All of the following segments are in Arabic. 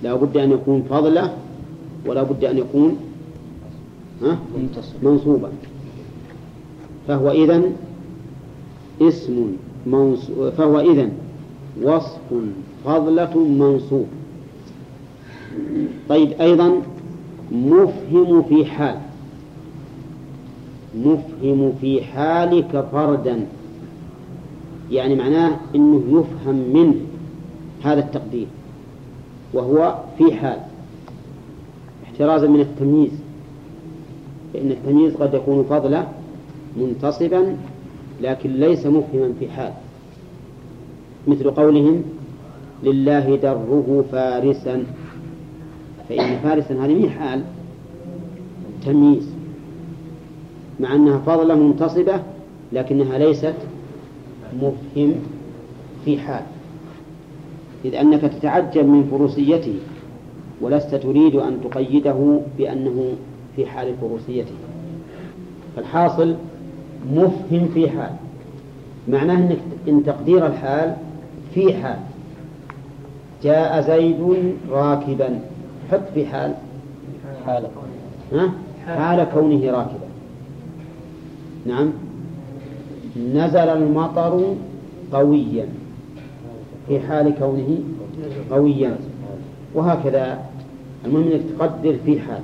لا بد أن يكون فضلة ولا بد أن يكون منصوبا. فهو إذن وصف فضلة منصوب. طيب أيضا مفهم في حال كفردا، يعني معناه أنه يفهم منه هذا التقدير وهو في حال، احترازا من التمييز، فإن التمييز قد يكون فضلا منتصبا لكن ليس مفهما في حال، مثل قولهم لله دره فارسا، فإن فارسا هذه من حال تمييز، مع أنها فضلة منتصبة لكنها ليست مفهم في حال، إذ أنك تتعجب من فروسيته ولست تريد أن تقيده بأنه في حال فروسيته. فالحاصل مفهم في حال، معناه أنك إن تقدير الحال في حال جاء زيد راكبا، حط في حال كونه راكبا. نعم. نزل المطر قويا، في حال كونه قويا، وهكذا. المهم أنك تقدر في حال.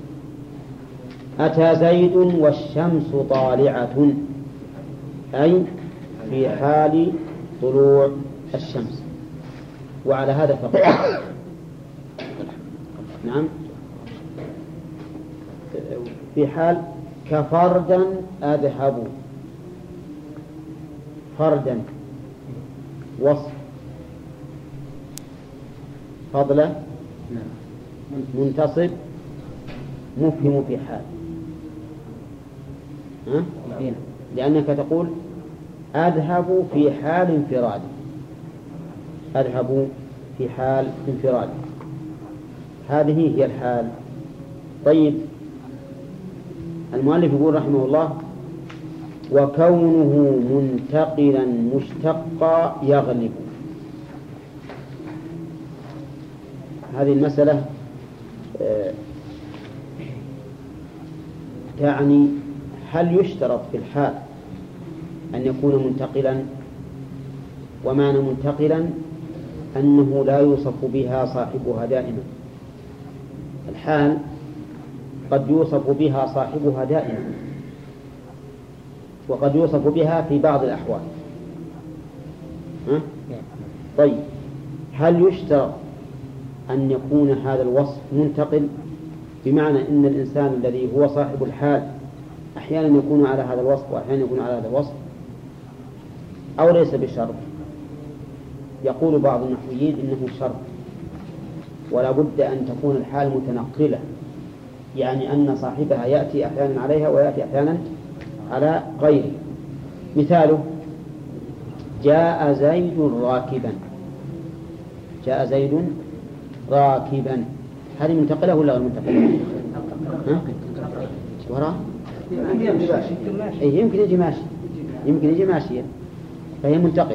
أتى زيد والشمس طالعة، أي في حال طلوع الشمس، وعلى هذا فقط. نعم. في حال كفردا أذهب، فردا وصف فضله منتصب مفهم في حال، لأنك تقول أذهب في حال انفراد، أذهب في حال انفراد، هذه هي الحال. طيب المؤلف يقول رحمه الله وكونه منتقلا مشتقا يغلب. هذه المسألة تعني هل يشترط في الحال أن يكون منتقلا؟ ومعنى منتقلا أنه لا يوصف بها صاحبها دائما. الحال قد يوصف بها صاحبها دائما، وقد يوصف بها في بعض الأحوال. طيب هل يشترط أن يكون هذا الوصف منتقل، بمعنى أن الإنسان الذي هو صاحب الحال أحيانا يكون على هذا الوصف وأحيانا يكون على هذا الوصف، أو ليس بشرط؟ يقول بعض النحويين إنه شرط، ولا بد أن تكون الحال متنقلة، يعني أن صاحبها يأتي أحيانا عليها ويأتي أحيانا على غيره. مثاله جاء زيد راكبا، جاء زيد راكبا، هذه منتقلة ولا غير منتقلة؟ وراء يمكن يجي ماشي، يمكن يجي ماشيا، فهي منتقلة.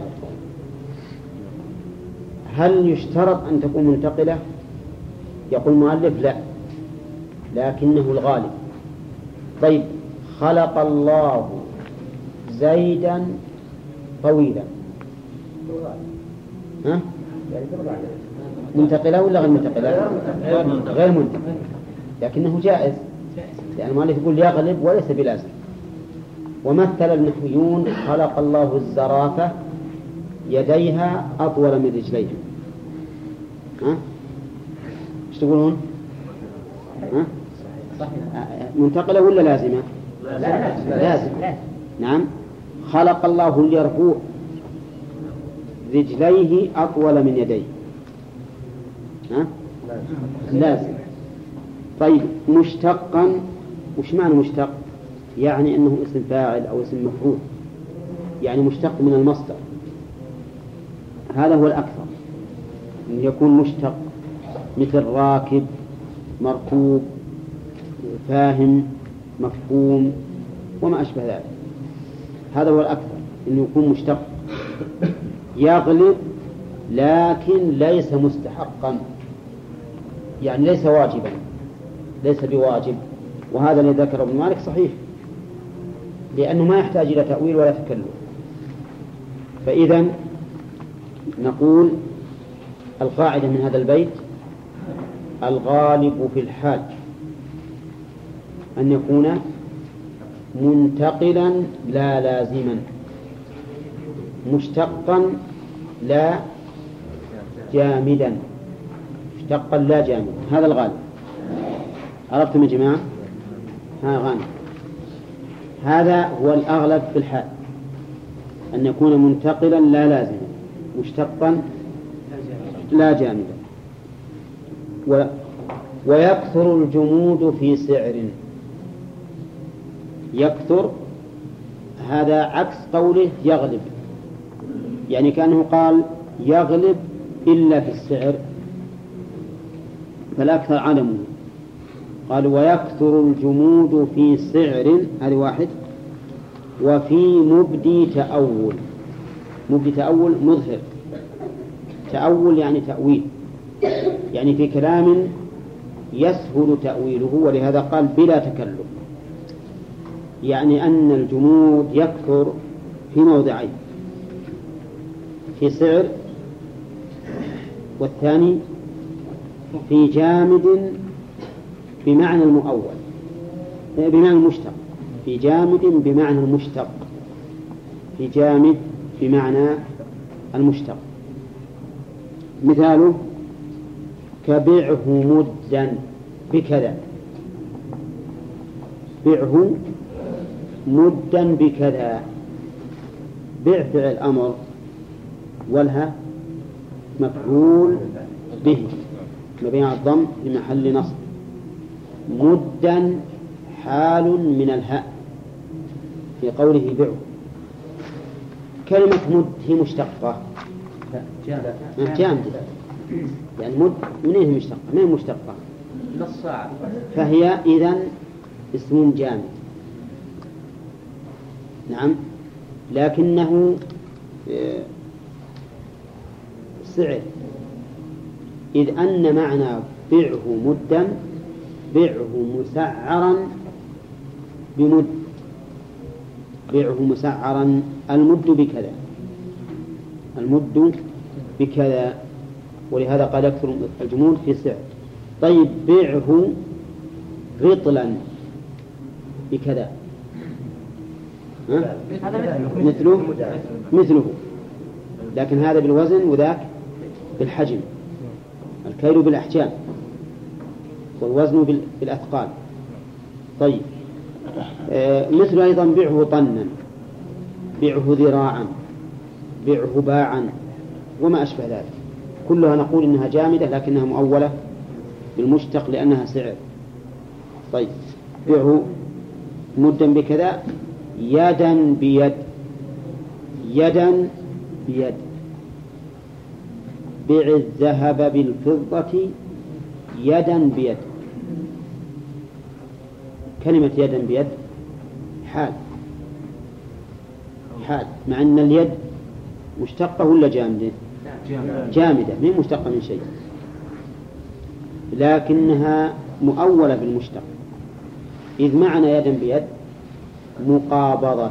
هل يشترط أن تكون منتقلة؟ يقول المؤلف لا، لكنه الغالب. طيب خلق الله زيدا طويلا، منتقلة ولا غير منتقلة؟ غير منتقلة، لكنه جائز، لأن المؤلف يقول يغلب وليس بلازم. ومثل النحويون خلق الله الزرافة يديها أطول من رجليها. ايش تقولون؟ منتقلة ولا لازمة؟ لازم. نعم. خلق الله اليربوع رجليه أطول من يديه، لازم. طيب مشتقا، وش معنى مشتق؟ يعني أنه اسم فاعل أو اسم مفعول، يعني مشتق من المصدر، هذا هو الأكثر، أن يكون مشتق، مثل راكب، مركوب، فاهم، مفهوم، وما أشبه ذلك. هذا هو الأكثر، أنه يكون مشتق. يغلب لكن ليس مستحقا، يعني ليس واجبا، ليس بواجب. وهذا الذي ذكره ابن مالك صحيح، لأنه ما يحتاج إلى تأويل ولا تكلف. فإذا نقول القاعدة من هذا البيت: الغالب في الحال أن يكون منتقلا لا لازما، مشتقا لا جامدا، مشتقا لا جامدا، هذا الغالب. عرفتم يا جماعة؟ ها غانم، هذا هو الأغلب في الحال، أن يكون منتقلا لا لازما، مشتقا لا جامدا. ويكثر الجمود في سعر. يكثر هذا عكس قوله يغلب، يعني كأنه قال يغلب إلا في السعر، فالأكثر عدمه. قال ويكثر الجمود في سعر، هذه واحد. وفي مبدي تأول. مبدي تأول مظهر، تأول يعني تأويل، يعني في كلام يسهل تأويله، ولهذا قال بلا تكلف، يعني أن الجمود يكثر في موضعين: في سعر، والثاني في جامد بمعنى المؤول، بمعنى المشتق، في جامد بمعنى المشتق، في جامد بمعنى المشتق. مثاله: كبعه مدا بكذا. بعه مدا بكذا. بع فعل أمر، والها مفعول به مبني على الضم في محل نصب. مدا حال من الهاء في قوله بعه. كلمة مد هي مشتقة جامدة، يعني مد منين مشتقة؟ ما هي مشتقة، فهي إذن اسم جامد. نعم، لكنه سعر، إذ أن معنى بعه مدا، بعه مسعرا بمد، بعه مسعرا، المد بكذا، المد بكذا، ولهذا قال يكثر الجمود في سعر. طيب بعه غطلا بكذا، مثله، لكن هذا بالوزن وذاك بالحجم، الكيل بالأحجام والوزن بالأثقال. طيب مثل أيضا بعه طنا، بعه ذراعا، بعه باعا، وما أشبه ذلك، كلها نقول إنها جامدة لكنها مؤولة بالمشتق لأنها سعر. طيب بعه مدا بكذا، يدا بيد، يدا بيد. بع الذهب بالفضة يدا بيد. كلمة يدا بيد حال، حال، مع أن اليد مشتقة ولا جامدة؟ جامدة، ما هي مشتقة من شيء، لكنها مؤولة بالمشتق، إذ معنى يدا بيد مقابضة،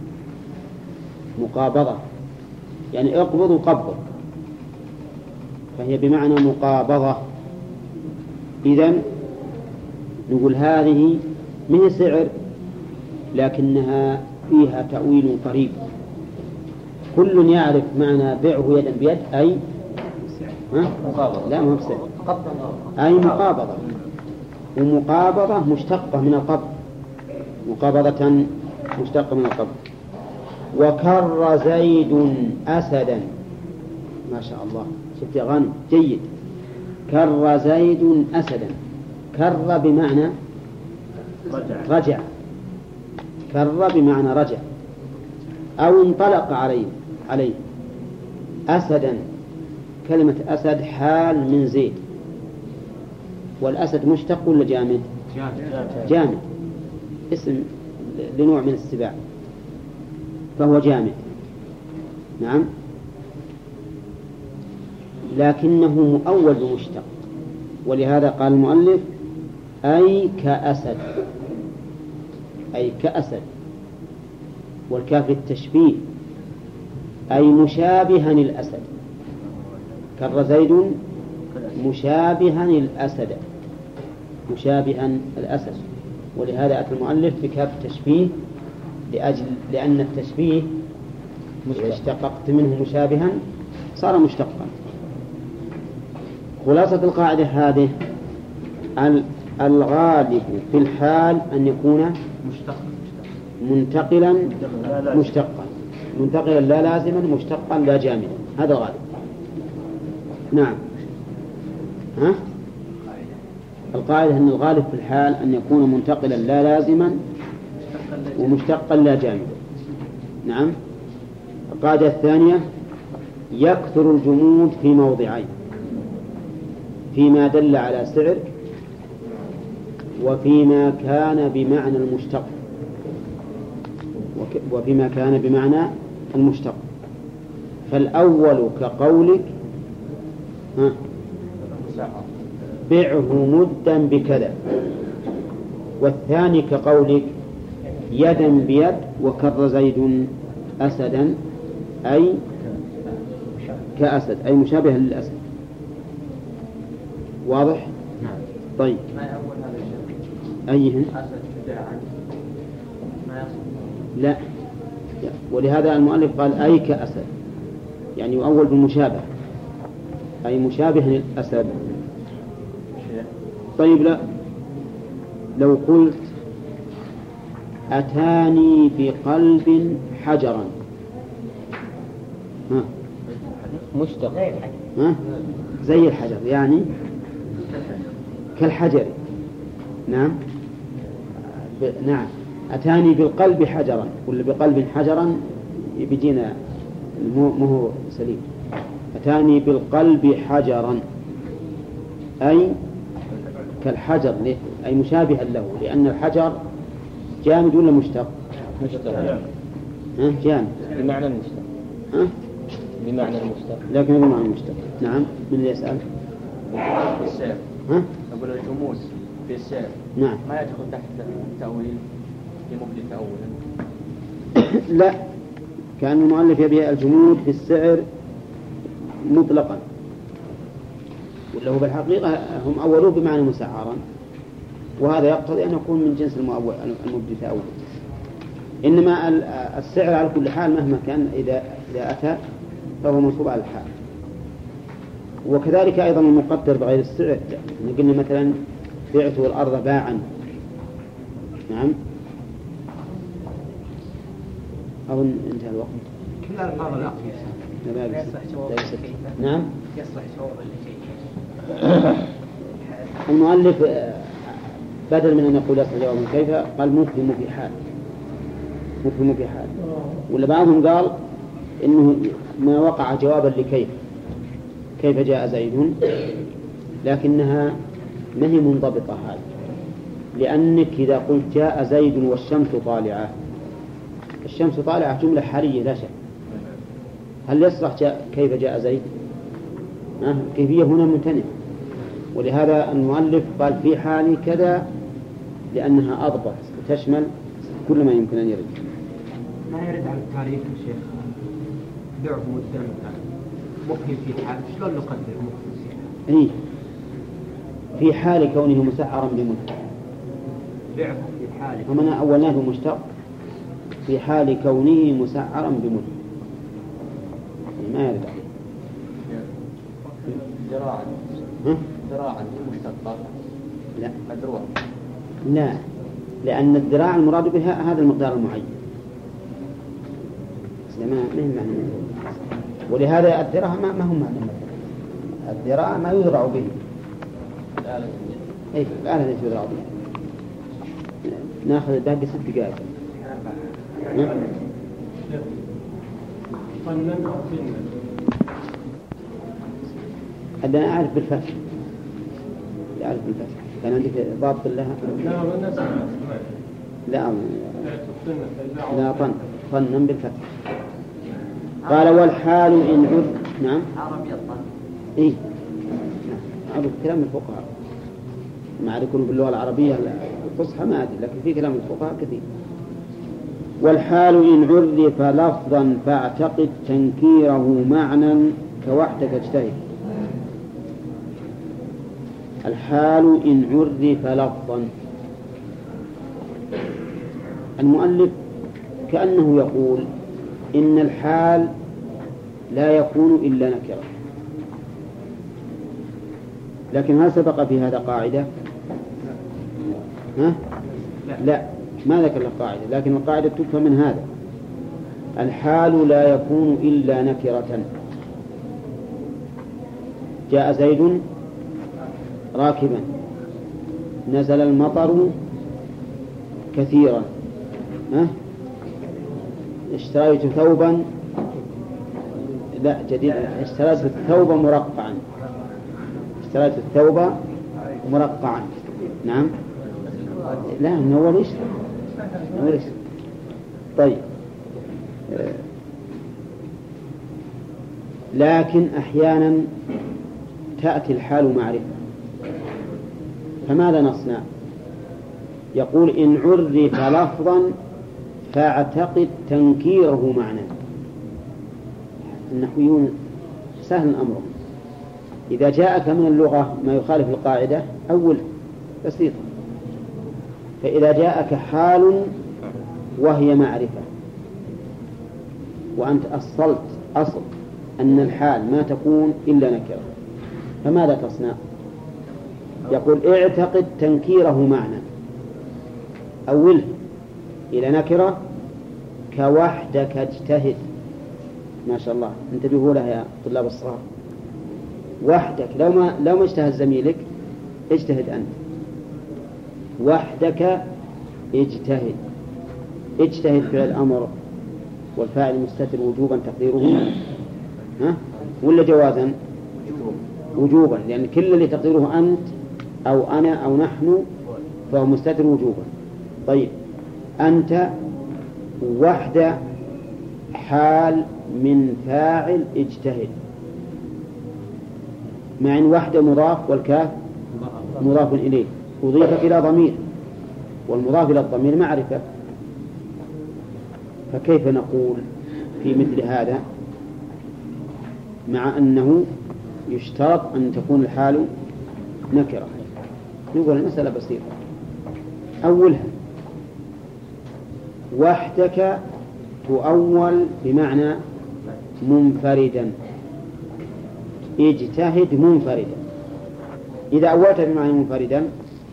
مقابضة يعني اقبض وقبض، فهي بمعنى مقابضة. إذن نقول هذه من سعر لكنها فيها تأويل قريب، كل يعرف معنى بعه يدا بيد أي مقابضة، لا ما هو بسعر، أي مقابضة، ومقابضة مشتقة من القبض، مقابضة مشتقة من القبض. وكر زيد أسدا، ما شاء الله، شفت يا غانم جيد. كر زيد أسدا، كر بمعنى رجع، كر بمعنى رجع أو انطلق عليه. أسدا، كلمة أسد حال من زيد، والأسد مشتق ولا جامد؟ جامد، اسم لنوع من السباع فهو جامد. نعم، لكنه مؤول بمشتق، ولهذا قال المؤلف أي كأسد، أي كأسد، والكاف للتشبيه، أي مشابها الأسد، كر زيد مشابها الأسد، مشابها الأسد. ولهذا أتى المؤلف بكاف التشبيه لأن التشبيه إذا اشتققت منه مشابها صار مشتقا. خلاصة القاعدة هذه الغالب في الحال أن يكون منتقلا مشتقا، منتقلا لا لازما، مشتقا لا جامدا، هذا الغالب. نعم. ها؟ القاعدة أن الغالب في الحال أن يكون منتقلا لا لازما ومشتقا لا جامدا. نعم. القاعدة الثانية يكثر الجمود في موضعين: فيما دل على سعر وفيما كان بمعنى المشتق، وفيما كان بمعنى المشتق. فالأول كقولك بيعه مدا بكذا، والثاني كقولك يدا بيد وكر زيد أسدا، أي كأسد، أي مشابه للأسد. واضح؟ نعم. طيب. ما يأول هذا الشيء؟ أيهن؟ أسد شجاعا ما يصل. لا، ولهذا المؤلف قال أي كأسد، يعني يؤول بالمشابه، أي مشابه للأسد. طيب، لا، لو قلت أتاني بقلب حجرا، مشتق، زي الحجر، يعني كالحجر. نعم. نعم. أتاني بالقلب حجرا، ولا بقلب حجرا بيجينا مو سليم. أتاني بالقلب حجرا أي كالحجر، أي مشابها له، لأن الحجر جامد ولا مشتق؟ مشتق. جامد بمعنى المشتق. بمعنى المشتق، لكن بمعنى المشتق. نعم. من اللي يسأل؟ في السير. أقول الجموس في السير. نعم. ما يدخل تحت التأويل في مبدأ تأويل. لا، كان المؤلف يبيع الجمود في السعر مطلقا، ولا هو بالحقيقة هم أولوه بمعنى مسعرا، وهذا يقتضي أن يكون من جنس المبدأ تأويل. إنما السعر على كل حال مهما كان إذا أتى فهو منصوب على الحال. وكذلك أيضا المقدر بغير السعر، قلنا مثلا بعته الأرض باعا. نعم. أظن انتهى الوقت. كل الألفاظ العقل نعم. يصلح شعور لشيء. المؤلف بدل من أن يقول يصلح جواب كيف قال مفهم في حال، مفهم في حال. ولا بعضهم قال إنه ما وقع جوابا لكيف، كيف جاء زيد، لكنها ما هي منضبطة هذه، لأنك إذا قلت جاء زيد والشمس طالعة، الشمس طالعة جملة حالية لا شك، هل يصلح كيف جاء زيد؟ كيفية هنا ممتنع. ولهذا المؤلف قال في حال كذا لأنها أضبط وتشمل كل ما يمكن أن يرد. ما يرد على التاريخ يا شيخ، بيعه مدة مفهم في حال، شلون نقدر مفهم في حال؟ في حال كونه مسعرا بمدة، بيعه في حال ومن أولناه مشتق في حال كونه مسعرا بمدة، ما يرد عليه. ذراعا مشتقة. لا، مدروع. لا، لأن الذراع المراد بها هذا المقدار المعين، ما هي معنى. ولهذا الذراع ما هم معنى. الذراع ما يذرع به. الآلة التي يذرع بها. ناخذ باقي 6 دقائق. أنا أعرف بالفتح، أعرف بالفتح. كان عندك ضابط لها؟ لا طنا بالفتح. قال والحال إن عرف. نعم. عربي الطن. إيه، عرف كلام الفقهاء. مع يكون باللغة العربية الفصحى ما أدري، لكن في كلام الفقهاء كثير. والحال إن عرف لفظا فاعتقد تنكيره معنى كوحدك اجتهد. الحال إن عرف لفظا، المؤلف كأنه يقول إن الحال لا يكون إلا نكرة. لكن هل سبق في هذا قاعدة؟ لا، ما ذكر القاعدة، لكن القاعدة تفهم من هذا: الحال لا يكون إلا نكرة. جاء زيد راكبا، نزل المطر كثيرا، اشتريت ثوبا، لا جديد، اشتريت الثوب مرقعا، اشتريت الثوب مرقعا. نعم، لا من أول اشتري. طيب، لكن أحيانا تأتي الحال معرفة، فماذا نصنع؟ يقول إن عرف لفظا فاعتقد تنكيره معنى. النحويون سهل الأمر، إذا جاءك من اللغة ما يخالف القاعدة أول بسيطة. فإذا جاءك حال وهي معرفة وأنت أصل أن الحال ما تكون إلا نكرة، فماذا تصنع؟ يقول اعتقد تنكيره معنى، أوله إلى نكرة كوحدك اجتهد. ما شاء الله، انتبهوا لها يا طلاب الصغار. وحدك، لو ما اجتهد زميلك اجتهد أنت. وحدك اجتهد. اجتهد فعل الأمر والفاعل مستتر وجوبا تقديره ولا جوازا؟ وجوبا، لأن كل اللي تقديره أنت أو أنا أو نحن فهو مستتر وجوبا. طيب، أنت وحدة حال من فاعل اجتهد، مع أن وحدة مضاف والكاف مضاف إليه أضيفت إلى ضمير، والمضاف إلى الضمير معرفة. فكيف نقول في مثل هذا مع أنه يشترط أن تكون الحال نكرة؟ نقول المسألة بسيطة. أولها وحدك تؤول بمعنى منفردا، اجتهد منفردا. إذا أولت بمعنى منفردا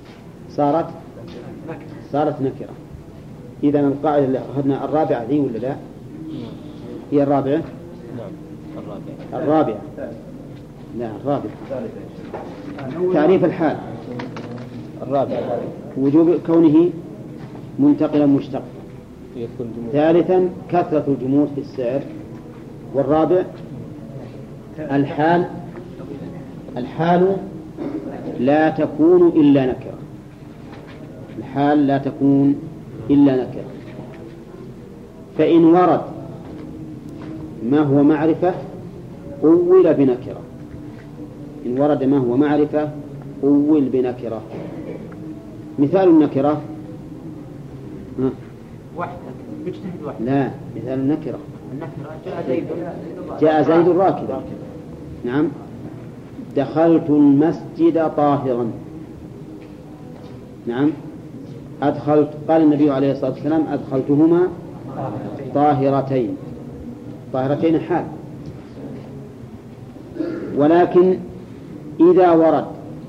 صارت نكرة. إذا القاعدة اللي أخذنا الرابعة ذي ولا لا؟ هي الرابعة؟ نعم الرابعة. لا، الرابعة. تعريف الحال الرابعة وجوب كونه منتقلا مشتق. ثالثا كثرة الجمود في السعر. والرابع الحال لا تكون إلا نكرة. الحال لا تكون إلا نكرة. فإن ورد ما هو معرفة أول بنكرة. إن ورد ما هو معرفة أول بنكرة. مثال النكرة وحدك اجتهد وحدك. لا، مثال النكرة جاء زيد راكبا. نعم، دخلت المسجد طاهرا. نعم، قال النبي عليه الصلاة والسلام أدخلتهما طاهرتين حال. ولكن إذا ورد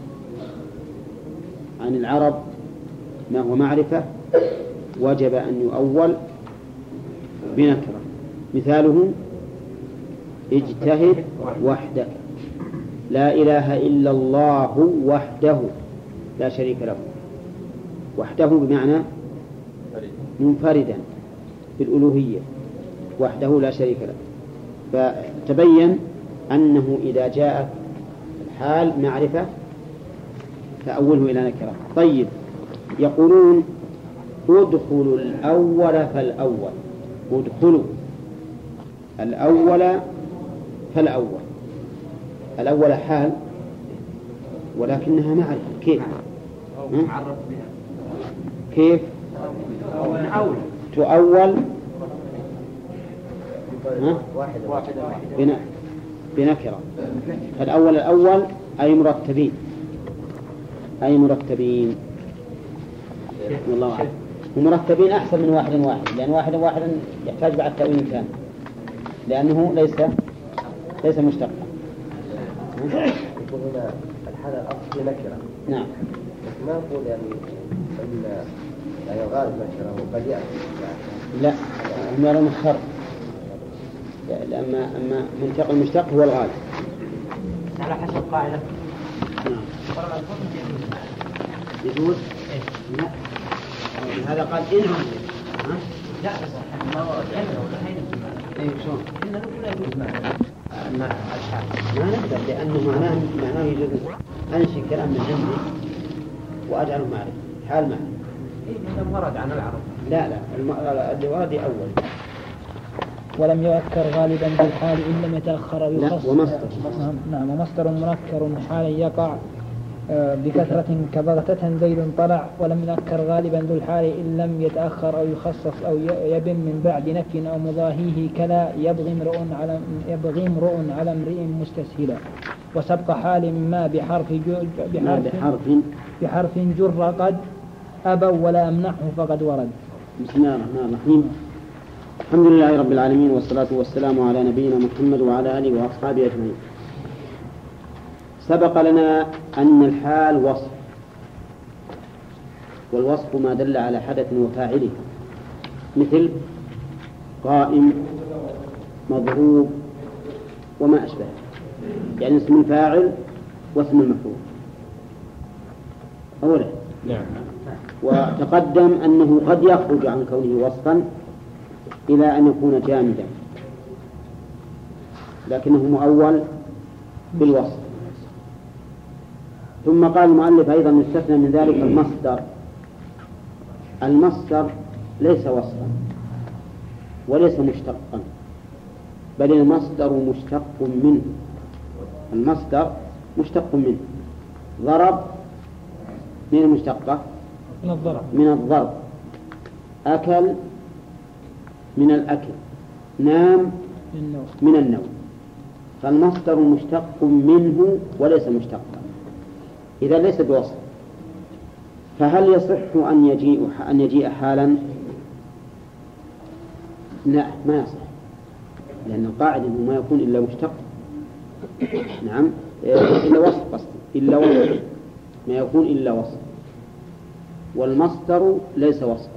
عن العرب ما هو معرفة وجب أن يؤول بنكرة. مثاله اجتهد وحدك، لا إله إلا الله وحده لا شريك له. وحده بمعنى منفردا بالألوهية، وحده لا شريك له. فتبين أنه إذا جاء الحال معرفة فأوله إلى نكرة. طيب، يقولون ادخلوا الأول فالأول. ادخلوا الأول فالأول. الأول حال ولكنها معرفة. كيف؟ تعرف بها كيف من أول تؤول بنكرة. الأول أي مرتبين والله أعلم. ومرتبين أحسن من واحد لأن واحد يحتاج بعد تأويل كامل لأنه ليس مشتقا. يقول هنا الحالة الأصل نكرة. نعم. بس ما نقول أن الغالب نكرة وقد يأتي. لا هم يرون الشرط. أما منطق المشتق هو الغالب. على حسب قاعدة. نعم. يجوز؟ لا. هذا قال إنهم. لا بس ما هو إنه شلون؟ إنه لا يجوز ما نقدر لأنه معناه يجوز أنشئ كلام من عندي وأجعله معرفة حال معرفة. إيه ورد عن العرب. لا اللي ورد أول. ولم يؤكر غالبا بالحال إن لم يتأخر أو يخص. ومصدر. نعم ومصدر منكر حالا يقع بكثرة كبغتة زيد طلع. ولم يؤكر غالبا ذو الحال إن لم يتأخر أو يخصص أو يبن من بعد نفي أو مضاهيه كلا يبغي امرؤ على امرئ مستسهلا. وسبق حال ما بحرف جر قد أبوا ولا أمنعه فقد ورد. بسم الله الرحمن الرحيم. الحمد لله رب العالمين والصلاة والسلام على نبينا محمد وعلى آله وأصحابه أجمعين. سبق لنا أن الحال وصف، والوصف ما دل على حدث وفاعله مثل قائم مضروب وما أشبه، يعني اسم الفاعل واسم المفعول أولا. نعم. وتقدم أنه قد يخرج عن كونه وصفا إلى أن يكون جامدا لكنه مؤول بالوصف. ثم قال المؤلف أيضا يستثنى من ذلك المصدر ليس وصفا وليس مشتقا، بل المصدر مشتق منه. ضرب من المشتقة من الضرب، أكل من الأكل، نام من النوم. فالمصدر مشتق منه وليس مشتقا، إذا ليس بوصف. فهل يصح أن يجيء حالا؟ لا ما يصح، لأن القاعدة أنه ما يكون إلا مشتق. نعم إلا وصف قصدي، إلا وصف ما يكون إلا وصف، والمصدر ليس وصفا.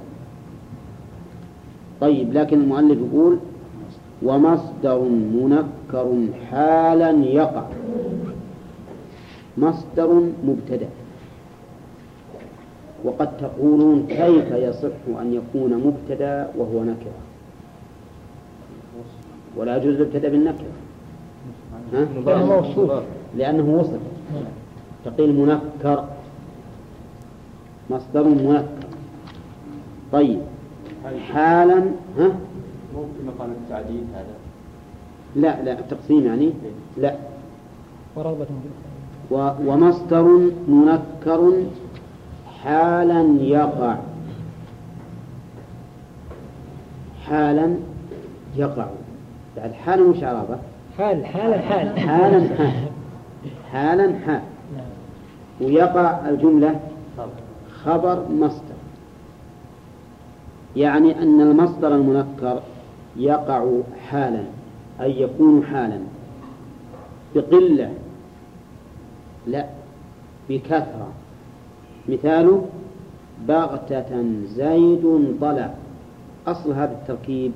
طيب لكن المؤلف يقول ومصدر منكر حالا يقع. مصدر مبتدأ، وقد تقولون كيف يصح أن يكون مبتدأ وهو نكرة؟ ولا يجوز الابتداء بالنكرة لأنه وصف. تقيل منكر، مصدر منكر. طيب حالا مو في مقام التعديل هذا؟ لا التقسيم يعني لا. ورغبة ومصدر منكر حالا يقع. حالا يقع بعد حالا وش عرابة؟ حالا ويقع الجملة خبر مصدر، يعني أن المصدر المنكر يقع حالا، أي يكون حالا بقلة لا بكثرة. مثاله بغتة زيد طلع. أصل هذا التركيب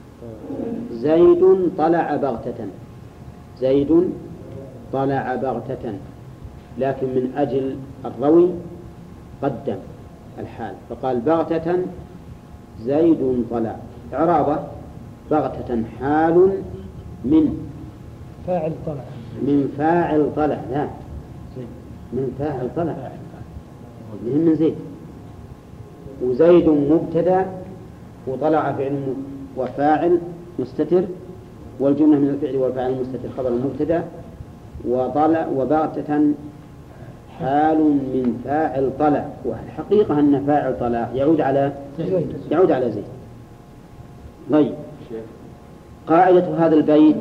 زيد طلع بغتة، زيد طلع بغتة، لكن من أجل الروي قدم الحال فقال بغتة زيد طلع. إعرابه بغتة حال من فاعل طلع، من فاعل طلع، لا من فاعل طلع من زيد. وزيد مبتدأ وطلع فعل وفاعل مستتر، والجملة من الفعل والفاعل المستتر خبر المبتدأ. وطلع وبغتة حال من فاعل طلع، والحقيقة أن فاعل طلع يعود على زيد. طيب، قاعدة هذا البيت: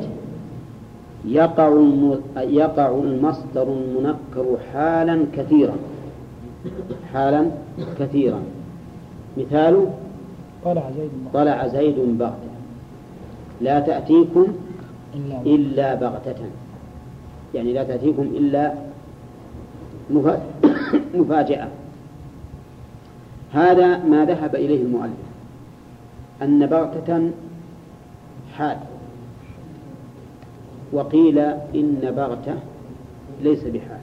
يقع المصدر المنكر حالا كثيرا. مثاله: طلع زيد بغتة، لا تأتيكم إلا بغتة، يعني لا تأتيكم إلا مفاجأة. هذا ما ذهب إليه المؤلف، أن بغتة حال، وقيل إن بغتة ليس بحال،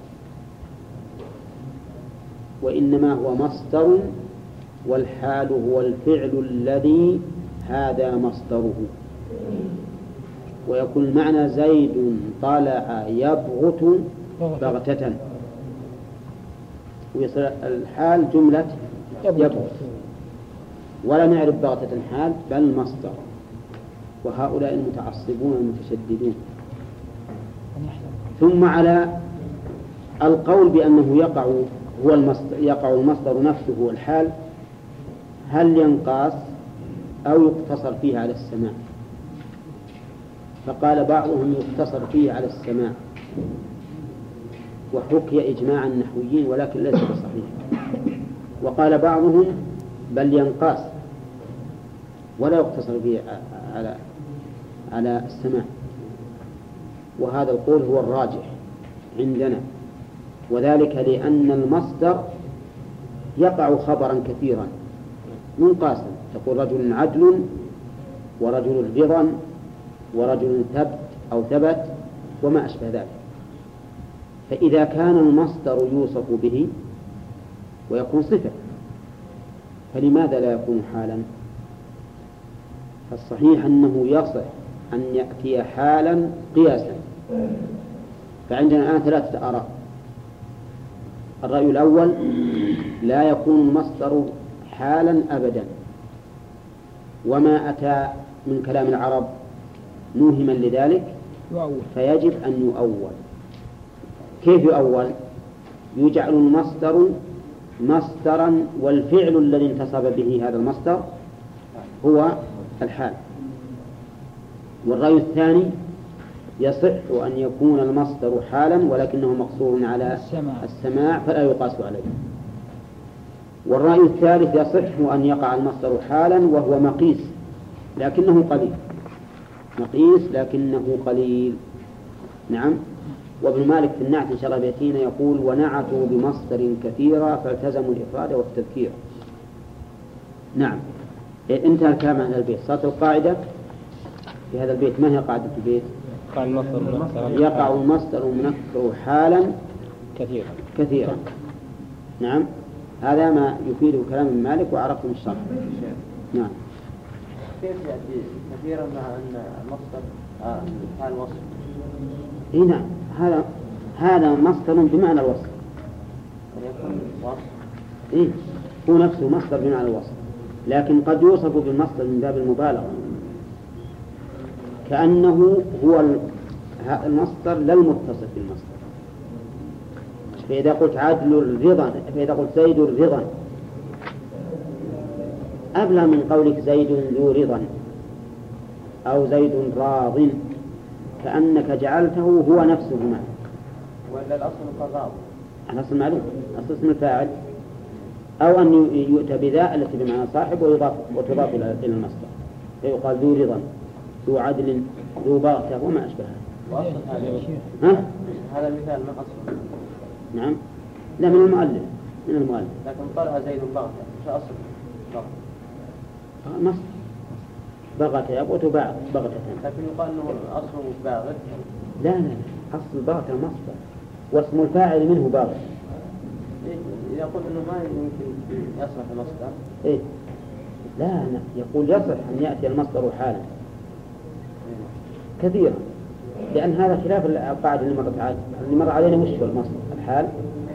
وإنما هو مصدر، والحال هو الفعل الذي هذا مصدره. ويكون معنى: زيد طلع يبغت بغتة، ويصير الحال جملة يبغت، ولا نعرف بغتة حال بل مصدر. وهؤلاء المتعصبون المتشددون. ثم على القول بأنه يقع المصدر نفسه الحال، هل ينقاس أو يقتصر فيه على السماع؟ فقال بعضهم يقتصر فيه على السماع، وحكي إجماع النحويين ولكن ليس بصحيح. وقال بعضهم بل ينقاس ولا يقتصر فيه على السماع، وهذا القول هو الراجح عندنا، وذلك لأن المصدر يقع خبرا كثيرا منقاسا، تقول رجل عدل، ورجل رضا، ورجل ثبت أو ثبت، وما أشبه ذلك. فإذا كان المصدر يوصف به ويكون صفة، فلماذا لا يكون حالا؟ فالصحيح أنه يصح أن يأتي حالا قياسا. فعندنا الآن 3 آراء. الرأي الأول: لا يكون المصدر حالا أبدا، وما أتى من كلام العرب موهما لذلك فيجب أن يؤول. كيف يؤول؟ يجعل المصدر مصدرا، والفعل الذي انتصب به هذا المصدر هو الحال. والرأي الثاني: يصح أن يكون المصدر حالا ولكنه مقصور على السماع فلا يقاس عليه. والرأي الثالث: يصح أن يقع المصدر حالا وهو مقيس لكنه قليل. نعم. وابن مالك في النعت إن شاء الله بيتينا يقول: ونعتوا بمصدر كثيرا فالتزموا الإفراد والتذكير. نعم. انتهى الكلام عن البيت. صارت القاعدة في هذا البيت. ما هي قاعدة البيت؟ يقع المصدر المنكر حالا كثيرا. نعم. هذا ما يفيده كلام ابن مالك، وعرفتم الشرح. نعم. كيف يأتي كثيرا مع أن المصدر حال وصف؟ نعم. هذا مصدر بمعنى الوصف. يكون وصف. هو نفسه مصدر بمعنى الوصف، لكن قد يوصف بالمصدر من باب المبالغة، كأنه هو المصدر لا المتصف بالمصدر. فإذا قلت عدل رضا، فإذا قلت زيد رضا، أبلغ من قولك زيد ذو رضا أو زيد راض، كأنك جعلته هو نفسه معه. وإلا الأصل قضاء. الأصل معلوم، أصل اسم الفاعل، أو أن يؤتى بذا التي بمعنى صاحب وتضاف إلى المصدر، فيقال ذو رضا، ذو عدل، ذو بغتة، وما أشبهها. هذا المثال ما أصل. نعم. لا، من المؤلف. لكن طلع زيد بغتة، شو أصل بغتة؟ مصدر بغتة يبغت بغتة. لكن يقال أنه أصله باغت. لا، أصل بغتة مصدر، واسم الفاعل منه باغت. يقول أنه ما يمكن يصلح المصدر. لا، يقول يصح أن يأتي المصدر حالا كثيرا، لأن هذا خلاف القاعدة اللي مر علينا. وش هو المصدر؟ الحال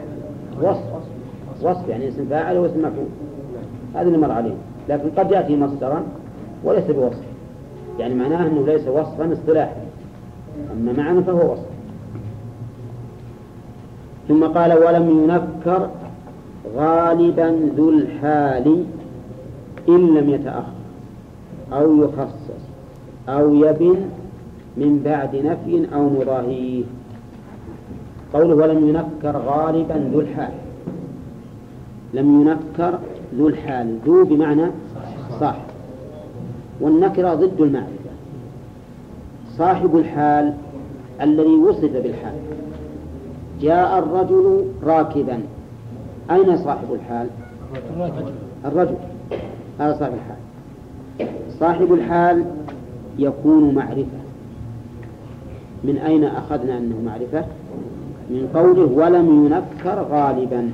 وصف يعني اسم فاعل واسم مفعول، هذا اللي مر علينا. لكن قد يأتي مصدرا وليس بوصف، يعني معناه أنه ليس وصفا اصطلاحا، أما معنى فهو وصف. ثم قال ولم ينكر غالبا ذو الحال إن لم يتأخر أو يخصص أو يبن من بعد نفي أو مضاهيه. قوله ولم ينكر غالبا ذو الحال، لم ينكر ذو الحال، ذو بمعنى صاحب، والنكرة ضد المعرفة. صاحب الحال الذي وصف بالحال. جاء الرجل راكبا، أين صاحب الحال؟ الرجل، هذا صاحب الحال. صاحب الحال يكون معرفة. من أين أخذنا أنه معرفة؟ من قوله ولم ينكر غالبا،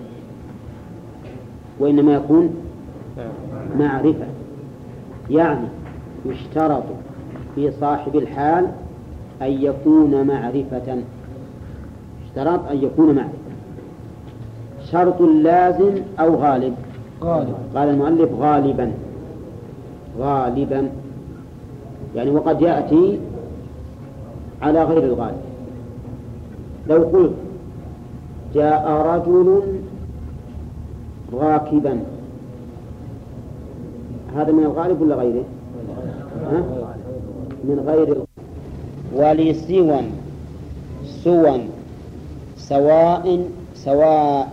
وإنما يكون معرفة. يعني يشترط في صاحب الحال أن يكون معرفة، اشترط أن يكون معرفة. شرط لازم أو غالب؟ غالب. قال المؤلف غالبا، غالبا يعني وقد يأتي على غير الغالب. لو قلت جاء رجل راكبا، هذا من الغالب ولا غيره؟ من غير الغالب. ولسوى سوى سواء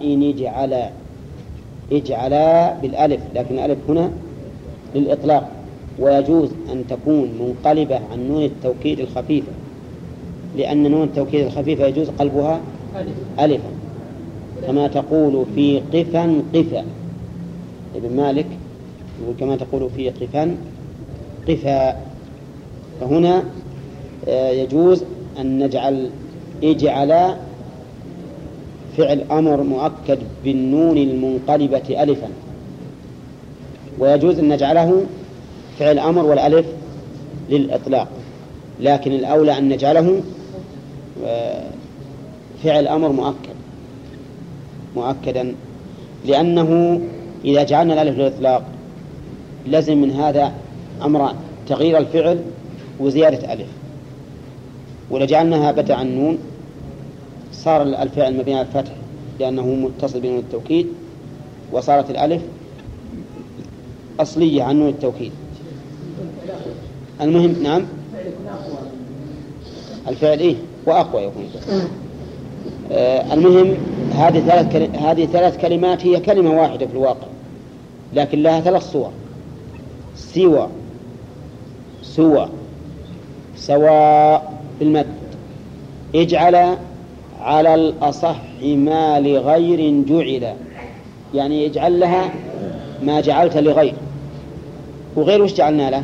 اجعلا بالألف، لكن الألف هنا للإطلاق، ويجوز أن تكون منقلبة عن نون التوكيد الخفيفة، لأن نون التوكيد الخفيفة يجوز قلبها ألفا، كما تقول في قفا قفا. ابن مالك يقول كما تقول في قفا قفا. فهنا يجوز أن نجعل اجعل فعل أمر مؤكد بالنون المنقلبة ألفا، ويجوز أن نجعله فعل أمر والألف للإطلاق، لكن الأولى أن نجعله فعل أمر مؤكدا، لأنه إذا جعلنا الألف للإطلاق لازم من هذا أمران: تغيير الفعل وزيادة ألف. ولجعلناها بدء عن نون صار الفعل مبني على الفتح لأنه متصل بنون التوكيد، وصارت الألف أصلية عن نون التوكيد. المهم نعم الفعل إيه وأقوى يكون. المهم هذه ثلاث كلمات هي كلمة واحدة في الواقع، لكن لها ثلاث صور: سوى، سوى، سواء بالمد. اجعل على الأصح ما لغير جعل، يعني اجعل لها ما جعلت لغير. وغير وش جعلنا له؟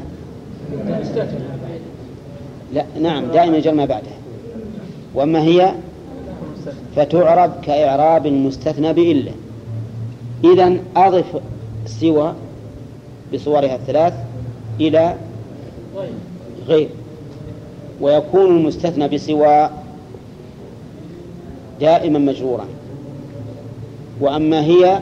لا نعم دائما يجعل ما بعدها. وأما هي فتعرب كإعراب المستثنى بإلا. إذن أضف سوى بصورها الثلاث إلى غير، ويكون المستثنى بسوى دائما مجرورا. وأما هي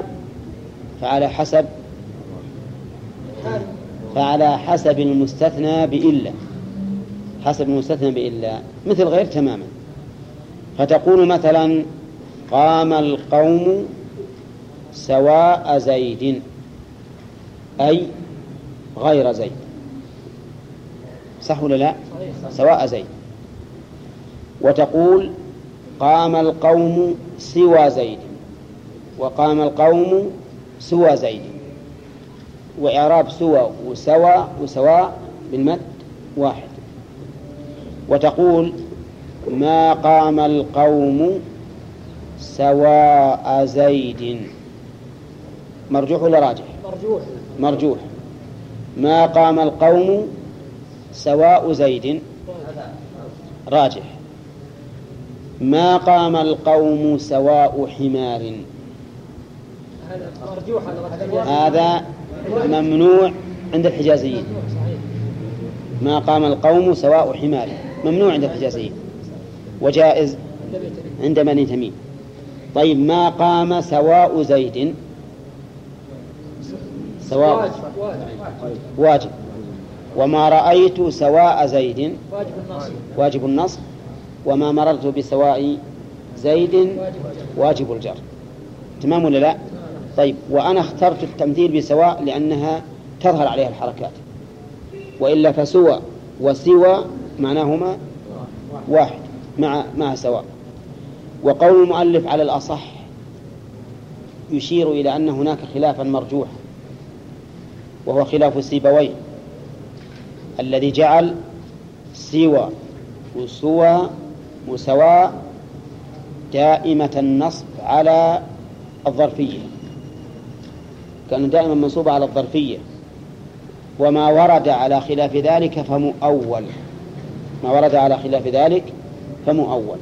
فعلى حسب المستثنى بإلا، حسب المستثنى بإلا، مثل غير تماما. فتقول مثلا قام القوم سواء زيد، أي غير زيد، صح ولا لا؟ سواء زيد. وتقول قام القوم سوى زيد، وقام القوم سوى زيد. وإعراب سوى وسوى وسواء بالمد واحد. وتقول ما قام القوم سواء زيد، مرجوح ولا راجح؟ مرجوح. ما قام القوم سواء زيد راجح. ما قام القوم سواء حمار، هذا ممنوع عند الحجازيين. ما قام القوم سواء حمار ممنوع عند الحجازيين، وجائز عند بني تميم. طيب ما قام سواء زيد سواء واجب. وما رأيت سواء زيد واجب النصب. وما مررت بسواء زيد واجب الجر. تمام ولا لا؟ طيب، وأنا اخترت التمثيل بسواء لأنها تظهر عليها الحركات، وإلا فسوى وسوى معناهما واحد مع سواء. وقول المؤلف على الأصح يشير إلى أن هناك خلافا مرجوحا، وهو خلاف سيبويه الذي جعل سوى وسوى مساواة دائمة النصب على الظرفية، كان دائما منصوبة على الظرفية، وما ورد على خلاف ذلك فمؤول، ما ورد على خلاف ذلك فمؤول.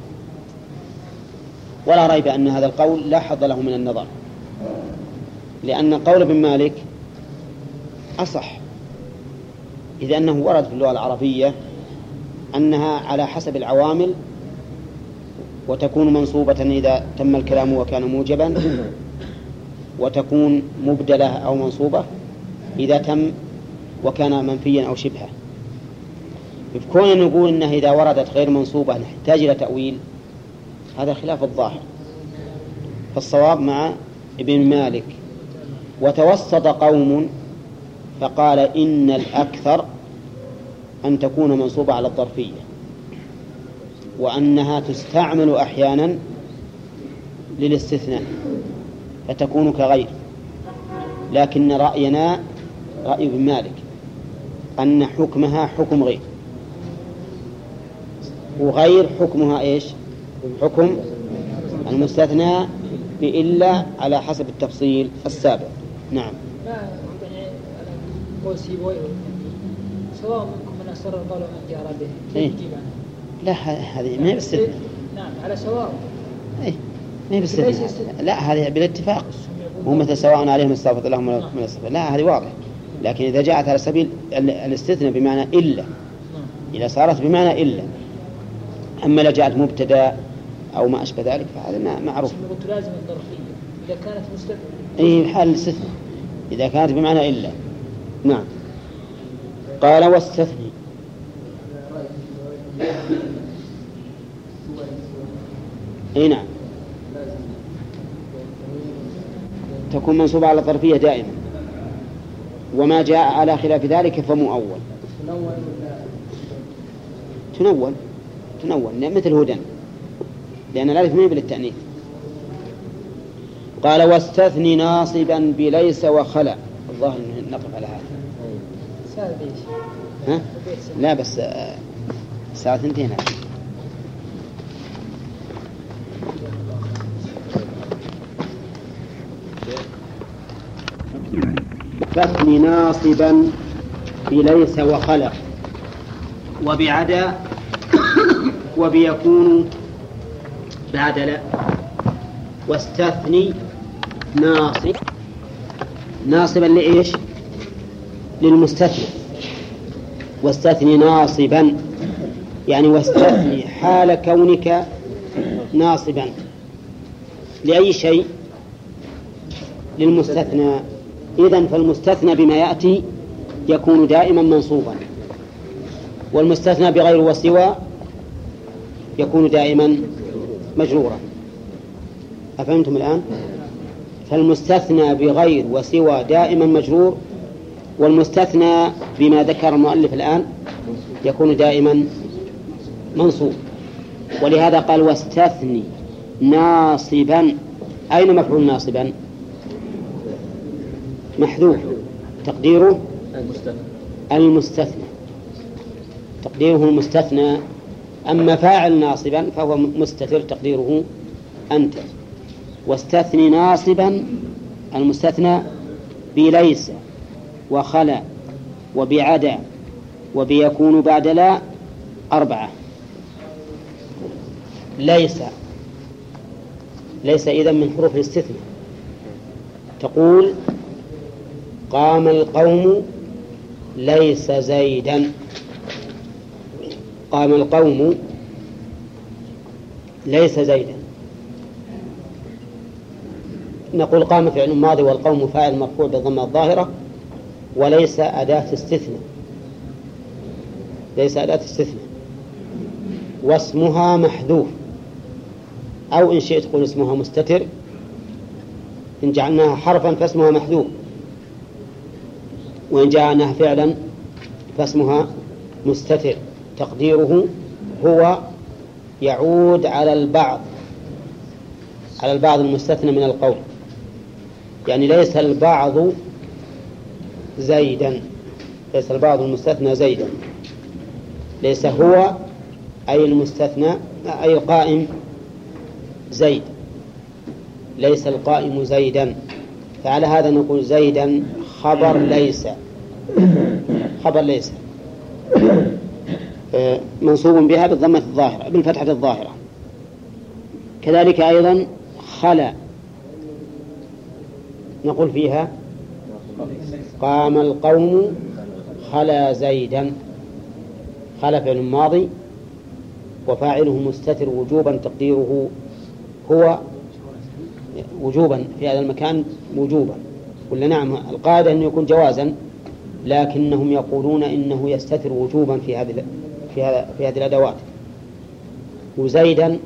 ولا ريب أن هذا القول لا حظ له من النظر، لأن قول ابن مالك أصح، إذ أنه ورد في اللغة العربية أنها على حسب العوامل، وتكون منصوبة إذا تم الكلام وكان موجبا، وتكون مبدلة أو منصوبة إذا تم وكان منفيا أو شبهه. كون نقول إنها إذا وردت غير منصوبة نحتاج إلى تأويل، هذا خلاف الظاهر، فالصواب مع ابن مالك. وتوسط قوم فقال إن الأكثر أن تكون منصوبة على الظرفية، وأنها تستعمل أحيانا للاستثناء فتكون كغير، لكن رأينا رأي ابن مالك أن حكمها حكم غير، وغير حكمها إيش؟ حكم المستثنى بإلا على حسب التفصيل السابق. نعم. سواء منكم من أسر القول ومن جهر به. إيه؟ لا هذه ما هي بالاستثناء. نعم على سواء. إيه ما هي بالاستثناء. لا هذه بالاتفاق، ومتى سواء عليهم استغفر لهم من الصفة. لا هذه واضح، لكن إذا جاءت على سبيل الاستثناء بمعنى إلا، إذا صارت بمعنى إلا، أما لو جاءت مبتدأ أو ما أشبه ذلك فهذا ما معروف. قلت لازم الظرفية إذا كانت مستثنى. إيه حال الاستثناء إذا كانت بمعنى إلا. نعم. قال واستثني. إيه نعم، تكون منصوبة على الظرفية دائما، وما جاء على خلاف ذلك فمؤول. تنول مثل هدى، لأن الألف ما بالتأنيث. قال واستثني ناصبا بليس وخلا. الظاهر نقف على هذا. ها؟ لا بس ساعة 2 استثني ناصبا بليس وخلا وبعدا وبيكون بعد لا. واستثني ناصبا لإيش؟ للمستثنى. واستثني ناصبا يعني واستثني حال كونك ناصبا لأي شيء؟ للمستثنى. إذن فالمستثنى بما يأتي يكون دائما منصوبا، والمستثنى بغير وسوى يكون دائما مجرورا. أفهمتم الآن؟ فالمستثنى بغير وسوى دائما مجرور، والمستثنى بما ذكر المؤلف الآن يكون دائما منصوب. ولهذا قال واستثني ناصبا. أين مفعول ناصبا؟ محذوف، تقديره المستثنى، تقديره المستثنى. أما فاعل ناصبا فهو مستتر تقديره أنت. واستثني ناصبا المستثنى بليس وخلا وبعدا وبيكون بعد لا 4. ليس إذن من حروف الاستثناء. تقول قام القوم ليس زيدا. قام القوم ليس زيدا. نقول قام فعل ماضي والقوم فاعل مرفوع بالضمة الظاهرة، وليس أداة استثناء، ليس أداة استثناء، واسمها محذوف أو إن شئت قل اسمها مستتر، إن جعلناها حرفا فاسمها محذوف، وإن جعلناها فعلا فاسمها مستتر، تقديره هو يعود على البعض المستثنى من القول. يعني ليس البعض زيدا، ليس البعض المستثنى زيدا، ليس هو أي المستثنى أي القائم زيد، ليس القائم زيدا. فعلى هذا نقول زيدا خبر ليس، خبر ليس منصوب بها بالضمة الظاهرة بالفتحة الظاهرة. كذلك أيضا خلا نقول فيها قام القوم خلا زيدا، خلا فعل ماضي وفاعله مستتر وجوبا، تقديره هو وجوبا في هذا المكان وجوبا. قلنا نعم القاعدة أنه يكون جوازا، لكنهم يقولون إنه يستتر وجوبا في هذه الأدوات. وزيدا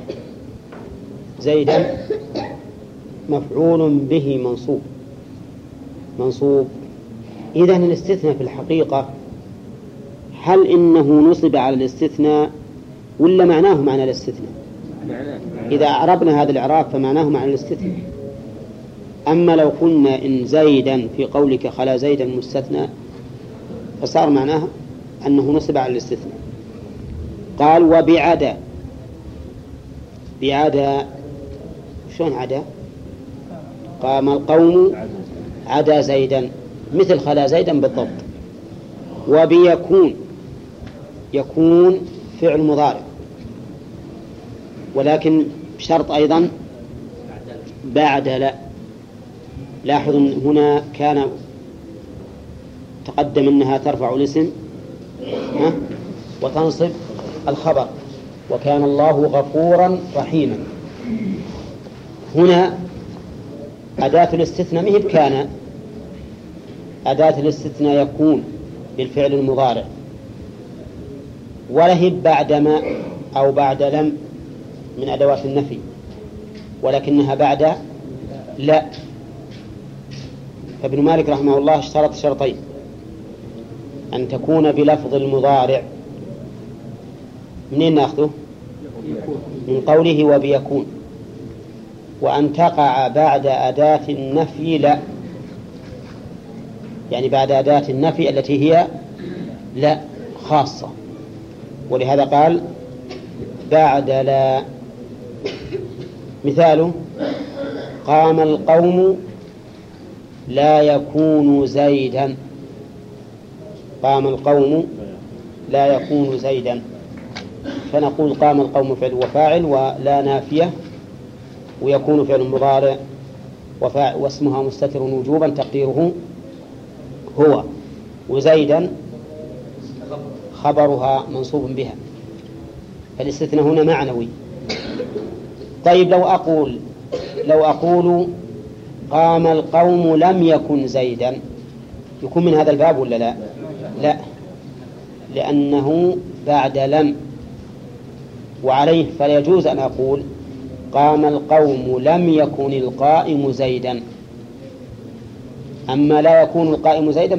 مفعول به منصوب. إذن الاستثناء في الحقيقة هل إنه نصب على الاستثناء ولا معناه معنى الاستثناء؟ إذا أعربنا هذا الإعراب فمعناه معنى الاستثناء. أما لو قلنا إن زيدا في قولك خلا زيدا مستثنى فصار معناه أنه نصب على الاستثناء. قال وبعدا، بعدا شلون عدا؟ قام القوم عدا زيدا، مثل خلا زيدا بالضبط. وبيكون، يكون فعل مضارع، ولكن بشرط أيضا بعد لا. لاحظ هنا كان تقدم أنها ترفع الاسم وتنصب الخبر، وكان الله غفورا رحيما. هنا أداة الاستثناء مهب كان، أداة الاستثناء يكون بالفعل المضارع، ولهب بعدما أو بعد لم من أدوات النفي، ولكنها بعد لا. فابن مالك رحمه الله اشترط شرطين: أن تكون بلفظ المضارع، منين نأخذه؟ من قوله وبيكون، وأن تقع بعد أداة النفي لا، يعني بعد أداة النفي التي هي لا خاصة. ولهذا قال بعد لا. مثاله قام القوم لا يكون زيدا، قام القوم لا يكون زيدا، فنقول قام القوم فعل وفاعل ولا نافية، ويكون فعل مضارع واسمها مستتر وجوبا تقديره هو، وزيدا خبرها منصوب بها. فالاستثناء هنا معنوي. طيب لو أقول قام القوم لم يكن زيدا، يكون من هذا الباب ولا لا؟ لا، لأنه بعد لم، وعليه فلا يجوز أن أقول قام القوم لم يكن القائم زيدا. أما لا يكون القائم زيدا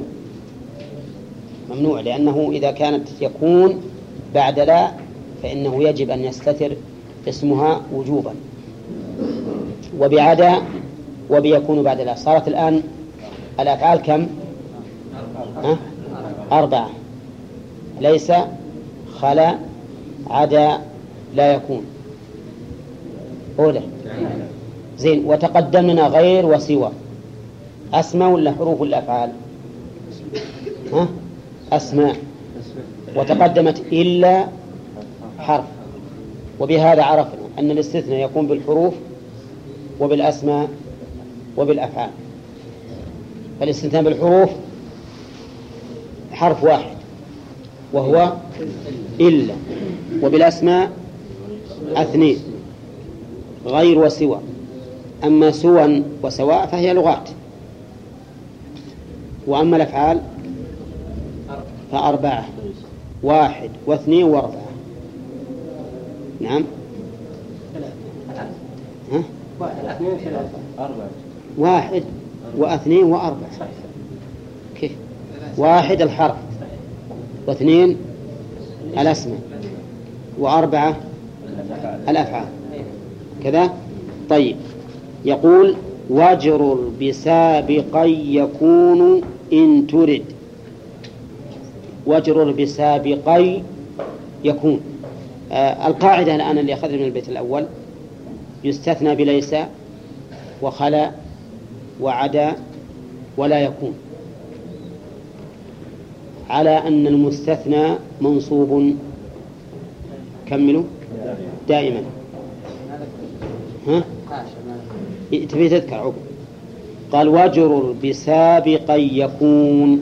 ممنوع، لأنه إذا كانت يكون بعد لا فإنه يجب أن يستتر اسمها وجوبا. وبعدا وبيكون بعد لا. صارت الآن الأفعال كم؟ 4: ليس، خلا، عدا، لا يكون. أولى زين. وتقدمنا غير وسوى، أسماء ولا حروف الأفعال؟ أسماء. وتقدمت إلا حرف. وبهذا عرفنا أن الاستثناء يكون بالحروف وبالأسماء وبالأفعال. فالاستثناء بالحروف حرف واحد وهو إلا، وبالأسماء 2 غير وسوى. أما سوى وسواء فهي لغات. وأما الأفعال ف4: 1 و2 و4. نعم واحد واثنين وأربعة. كيف؟ واحد الحرف، واثنين الأسماء، وأربعة الأفعال كذا. طيب، يقول واجرر بسابقي يكون إن ترد. واجرر بسابقي يكون. القاعدة الآن اللي أخذنا من البيت الأول: يستثنى بليس وخلا وعدا ولا يكون، على أن المستثنى منصوب. كملوا دائما. ها؟ تبي تذكر عقب. قال واجرر بسابقي يكون.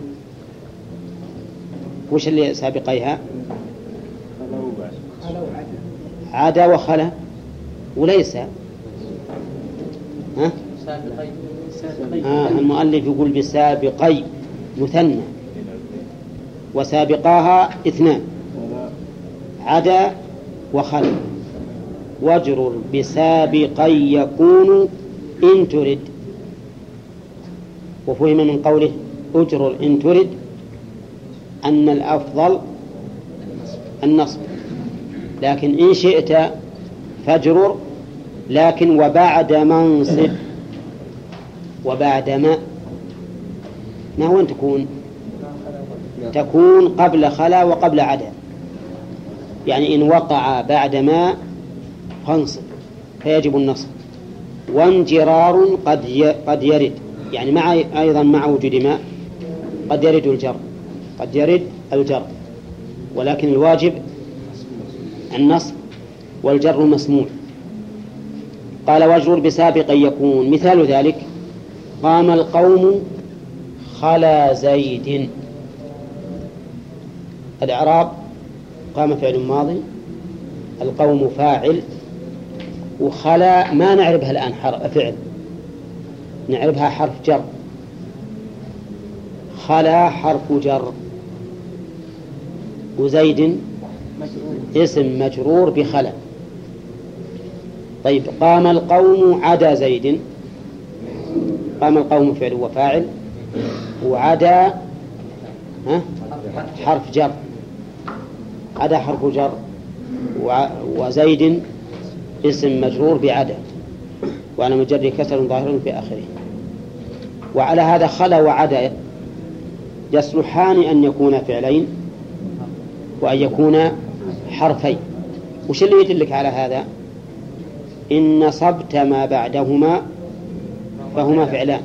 وش اللي سابقيها؟ عدا وخلا وليس. ها؟ المؤلف يقول بسابقي مثنى، وسابقاها اثنان، عدا وخلا. واجرر بسابقي يكون إن ترد. وفهم من قوله اجرر إن ترد أن الأفضل النصب، لكن إن شئت فاجرر، لكن وبعد منصب. وبعد ما وين تكون؟ تكون قبل خلا وقبل عدا. يعني إن وقع بعد ما فانصب فيجب النصب. وانجرار قد يرد، يعني أيضا مع وجود ما قد يرد الجر، قد يرد الجر، ولكن الواجب النصب والجر مسموع. قال واجرر بسابق يكون. مثال ذلك: قام القوم خلا زيد. الإعراب: قام فعل ماضي، القوم فاعل، وخلا ما نعرفها الآن فعل، نعرفها حرف جر. خلا حرف جر، وزيد اسم مجرور بخلا. طيب، قام القوم عدا زيد. قام القوم فعل وفاعل، وعدا حرف جر، عدا حرف جر، وزيد اسم مجرور بعدا، وعلى مجر كسر ظاهر في آخره. وعلى هذا خلا وعدا يصلحان أن يكون فعلين وأن يكون حرفين. وش اللي يدلك على هذا؟ إن نصبت ما بعدهما فهما فعلان،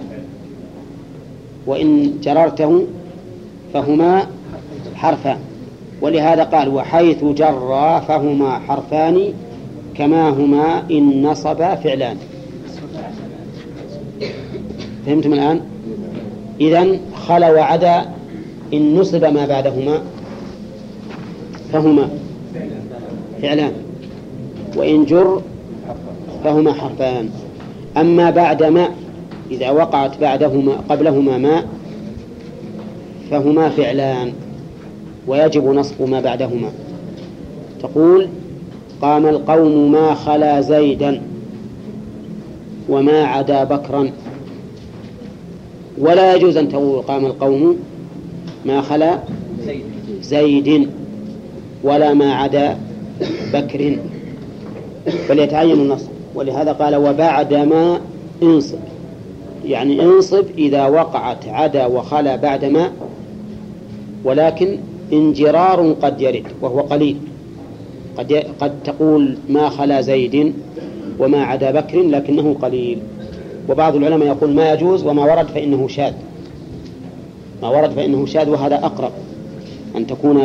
وإن جررته فهما حرفان. ولهذا قال وحيث جرا فهما حرفان كما هما إن نصبا فعلان. فهمتم الآن؟ إذن خلا وعدا إن نصب ما بعدهما فهما فعلان، وإن جر فهما حرفان. أما بعد ما إذا وقعت بعدهما قبلهما ما فهما فعلان ويجب نصب ما بعدهما. تقول قام القوم ما خلا زيدا وما عدا بكرا. ولا يجوز أن تقول قام القوم ما خلا زيد ولا ما عدا بكر، بل يتعين النصب. ولهذا قال وبعد ما انصب، يعني انصب إذا وقعت عدا وخلا بعد ما، ولكن انجرار قد يرد وهو قليل. قد تقول ما خلا زيد وما عدا بكر لكنه قليل. وبعض العلماء يقول ما يجوز، وما ورد فإنه شاذ، ما ورد فإنه شاذ، وهذا أقرب أن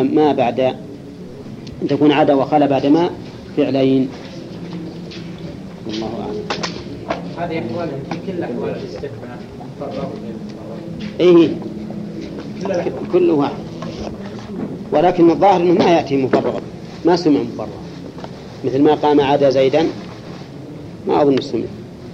تكون عدا وخلا بعد ما فعلين. الله أعلم. هذه أحوال في كل أحوال الاستثناء فرقوا إيه كل واحد، ولكن الظاهر أنه ما يأتي مفرغا، ما سمع مفرغا، مثل ما قام عدا زيدا ما أظن السمع.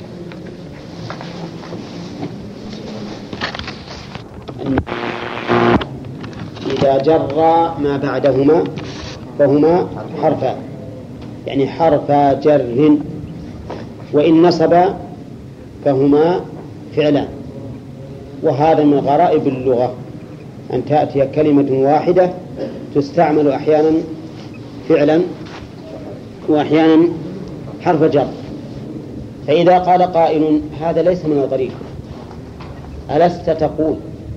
إذا جر ما بعدهما فهما حرفان، يعني حرف جر وإن نصب فهما فعلان. وهذا من غرائب اللغة أن تأتي كلمة واحدة تستعمل أحيانا فعلا وأحيانا حرف جر. فإذا قال قائل هذا ليس من الغريب، ألست تقول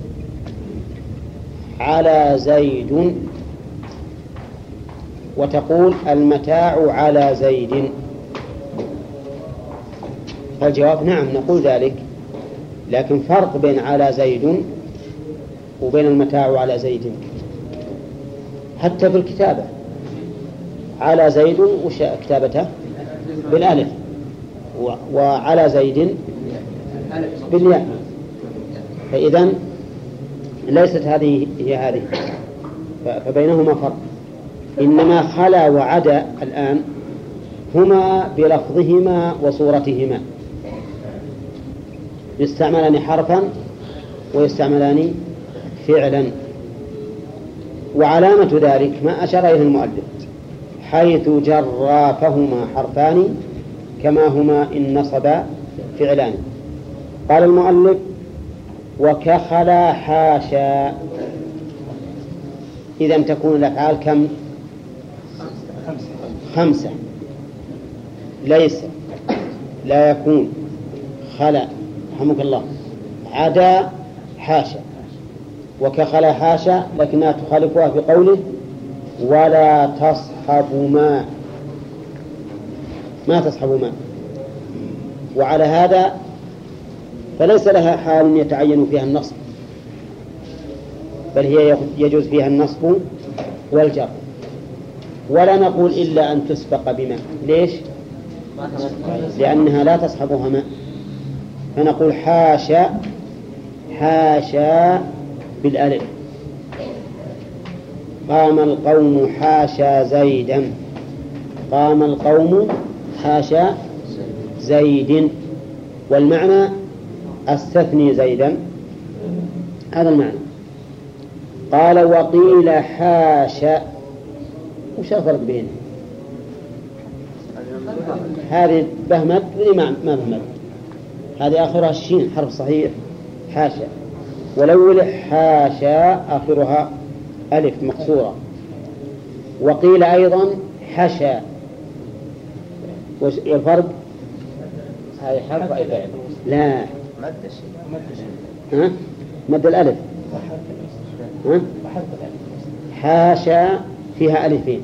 على زيد وتقول المتاع على زيد؟ فالجواب نعم نقول ذلك، لكن فرق بين على زيد وبين المتاع على زيد. حتى في الكتابة على زيد وش كتابته؟ بالألف، وعلى زيد بالياء. فإذن ليست هذه هي هذه، فبينهما فرق. إنما خلا وعدا الآن هما بلفظهما وصورتهما، يستعملان حرفا ويستعملان فعلا. وعلامة ذلك ما أشار إليه المؤلف، حيث جرا فهما حرفان كما هما إن نصب فعلان. قال المؤلف وكخلا حاشا. إذن تكون الأفعال كم؟ 5. ليس لا يكون خلا رحمك الله عدا حاشا. وكخلا حاشا لكنها تخالفها في قوله ولا تصحب ما تصحب ما. وعلى هذا فليس لها حال يتعين فيها النصب، بل هي يجوز فيها النصب والجر. ولا نقول إلا أن تسبق بما. ليش؟ لأنها لا تصحبها ماء. فنقول حاشا حاشا بالألف. قام القوم حاشا زيدا. قام القوم حاشا زيد. والمعنى استثني زيدا، هذا المعنى. قال وقيل حاشا. وش الفرق بينه؟ هذه بهمت ولا ما بهمت؟ هذه آخرها الشين حرف صحيح حاشا، والأول حاشا آخرها ألف مقصورة. وقيل أيضا حشا. والفرق هذه حرف أي فعل؟ لا مد الألف. حاشا فيها ألفين،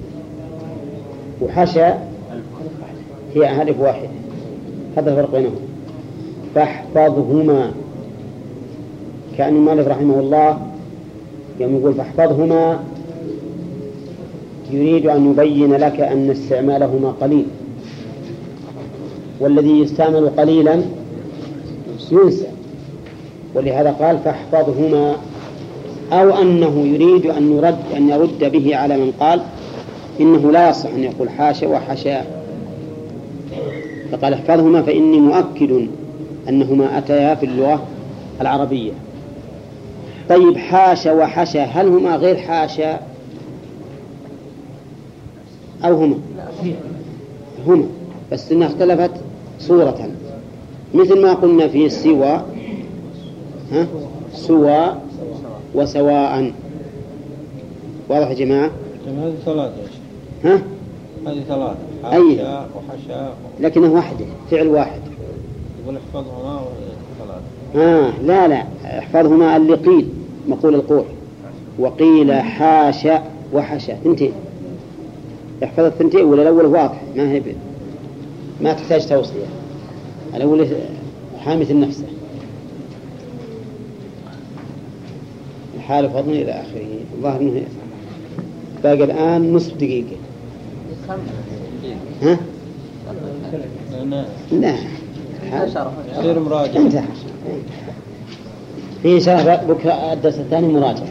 وحشا هي ألف واحد. هذا الفرق بينهم. فاحفظهما. كأن المؤلف رحمه الله يوم يقول فاحفظهما يريد أن يبين لك أن استعمالهما قليل، والذي يستعمل قليلا ينسى، ولهذا قال فاحفظهما. أو أنه يريد أن يرد به على من قال إنه لا يصح أن يقول حاشا وحشا، فقال احفظهما فإني مؤكد أنهما أتيا في اللغة العربية. طيب حاشا وحشا هل هما غير حاشا أو هما؟ هما، بس إنها اختلفت صورة، مثل ما قلنا في سوى سوى وسواء. واضح يا جماعة؟ هذه ثلاثة يا شيخ. هذه ثلاثة حاشا وحشا، لكنه واحدة فعل واحد. يقول احفظهما ثلاثة. لا احفظهما اللي قيل مقول القول، وقيل حاشا وحشا ثنتين. احفظ الثنتين ولا الأول واضح ما تحتاج توصية. الأول حامث النفس الحال فضل إلى آخره. الظاهر أنه باقي الآن نصف دقيقة. لا يصير مراجعة. انتهى. في إن شاء الله بكرة الدرس الثاني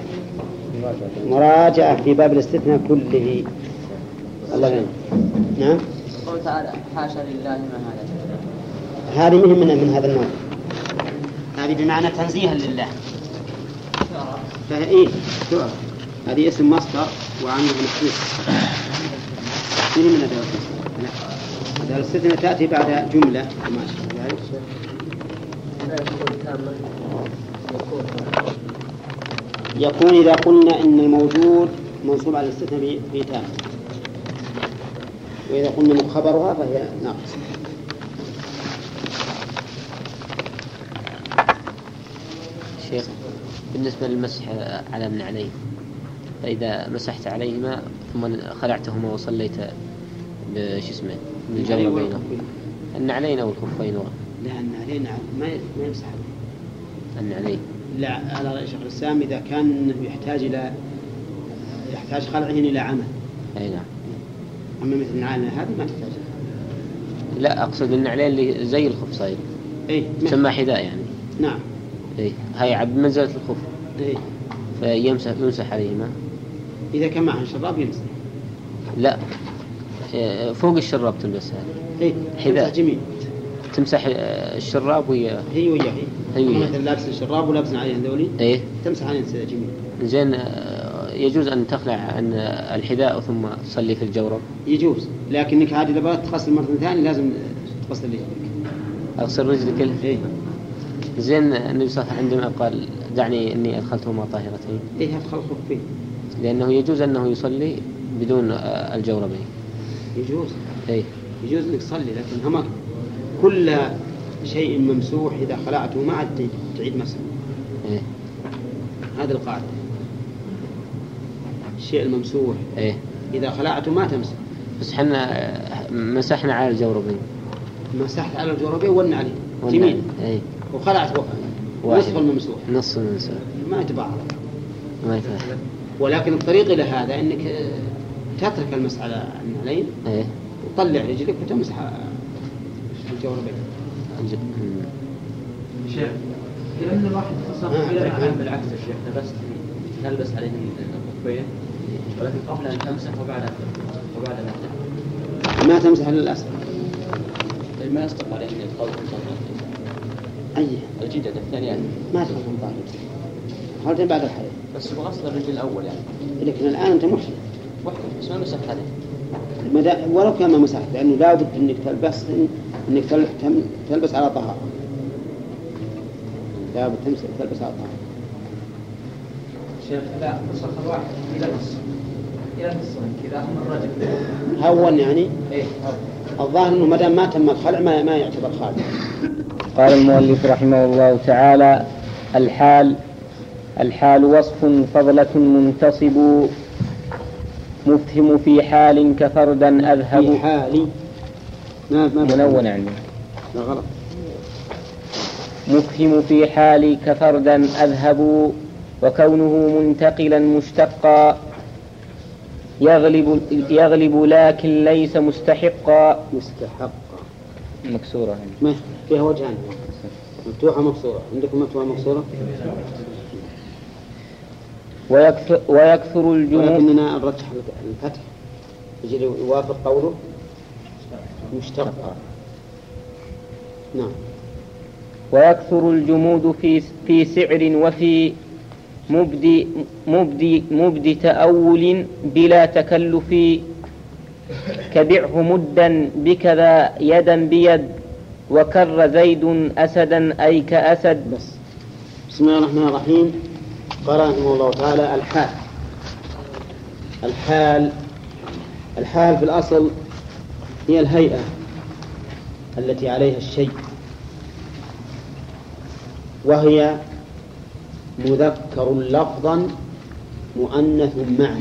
مراجعة في باب الاستثناء كله. الله يعين. نعم. قول تعالى حاشا لله ما هذا. هذه من هذا النوع. هذه بمعنى تنزيها لله. فهي هذه اسم مصدر وعامل مخصوص. من أدوات مصدر. الاستثناء تأتي بعد جملة يكون إذا قلنا إن الموجود منصوب على الاستثناء بتام، وإذا قلنا خبرها فهي ناقص. شيخ بالنسبة للمسح على النعلين، فإذا مسحت عليهما ثم خلعتهما وصليت بالجمع بينهم، النعلين أو الخفين؟ لا، النعلين ما يمسح النعلين. لا، على رأي شيخ الإسلام إذا كان يحتاج خلعهن إلى عمل. أي نعم. أما مثل النعلين هذه ما تحتاج. لا، أقصد النعلين اللي زي الخف صاير. تسمى حذاء يعني. نعم. هاي بمنزلة الخف. فيمسح عليهما. إذا كان معه شراب يمسح. لا، فوق الشراب تلبسها. حذاء جميل. تمسح الشراب وياه. هي وياه. مثلا لابس الشراب ولابس عليه هذولي. تمسح عليه جميل. زين، يجوز أن تخلع عن الحذاء ثم تصلي في الجورب؟ يجوز، لكنك عادي إذا بغيت تغسل مرة ثانية لازم تغسل رجلك. أغسل رجلك؟ زين، النبي صلى الله عليه وسلم عندما قال دعني إني أدخلتهما طاهرتين. أدخل خفين. لأنه يجوز أنه يصلي بدون الجوربين. يجوز. يجوز أنك تصلي، لكن هم كل شيء ممسوح إذا خلعته ما عاد تعيد مسحه. هذا القاعدة. الشيء الممسوح إذا خلعته ما تمسح. بس حنا مسحنا على الجوربين. مسحت على الجوربين والنعلين جميل. وخلعت نصف الممسوح. نصف الممسوح ما يتبعض. ولكن الطريق إلى هذا أنك تترك المسح على النعلين وطلع رجلك وتمسح الجوربين. شيخ، لأن الواحد تصرف إلى العام بالعكس يا شيخ، بس تلبس عليه الخفين ولكن قبل أن تمسح وبعد ما تمسح على الأسفل. ما يصدق عليه أن يتقوم الجدد الثانية ما تقوم بعد هذا بعد الحياة، بس بغسل الرجل الأول يعني. لكن الآن أنت محرم بس ما مسحت عليه ولو كان ما مسحت، لأنه لا بد أنك تلبس على طهارة. لا بد تلبس على طهارة. شيخ، لا وصل الواحد إلى نص كذا هم الرجل هون يعني. الظاهر أنه مدام ما تم الخلع ما يعتبر خالع. قال المؤلف رحمه الله تعالى: الحال وصف فضلة منتصب مفهم في حال كفردا أذهب. في حال منون يعني. لا غلط. مفهم في حال كفردا أذهب، وكونه منتقلا مشتقا يغلب لكن ليس مستحقا. مكسورة ما فيها وجهان، مفتوحة مكسورة. عندكم مفتوحة مكسورة؟ ويكثر الجمود. ولكننا نرجح الفتح يجي يوافق قوله مشتقا. نعم. ويكثر الجمود في سعر وفي مبدي تأول بلا تكلف، كبعه مدا بكذا يدا بيد، وكر زيد أسدا أي كأسد. بس. بسم الله الرحمن الرحيم. قال رحمه الله تعالى: الحال في الأصل هي الهيئة التي عليها الشيء، وهي مذكر لفظا مؤنث معنى.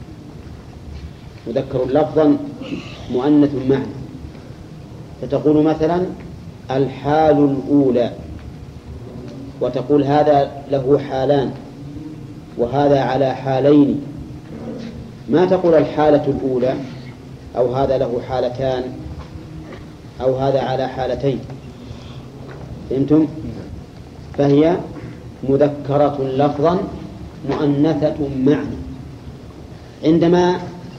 مذكر لفظا مؤنث معنى. فتقول مثلا الحال الأولى، وتقول هذا له حالان وهذا على حالين. ما تقول الحالة الأولى أو هذا له حالتان أو هذا على حالتين. فهمتم؟ فهي مذكرة لفظا مؤنثة معنى. عندما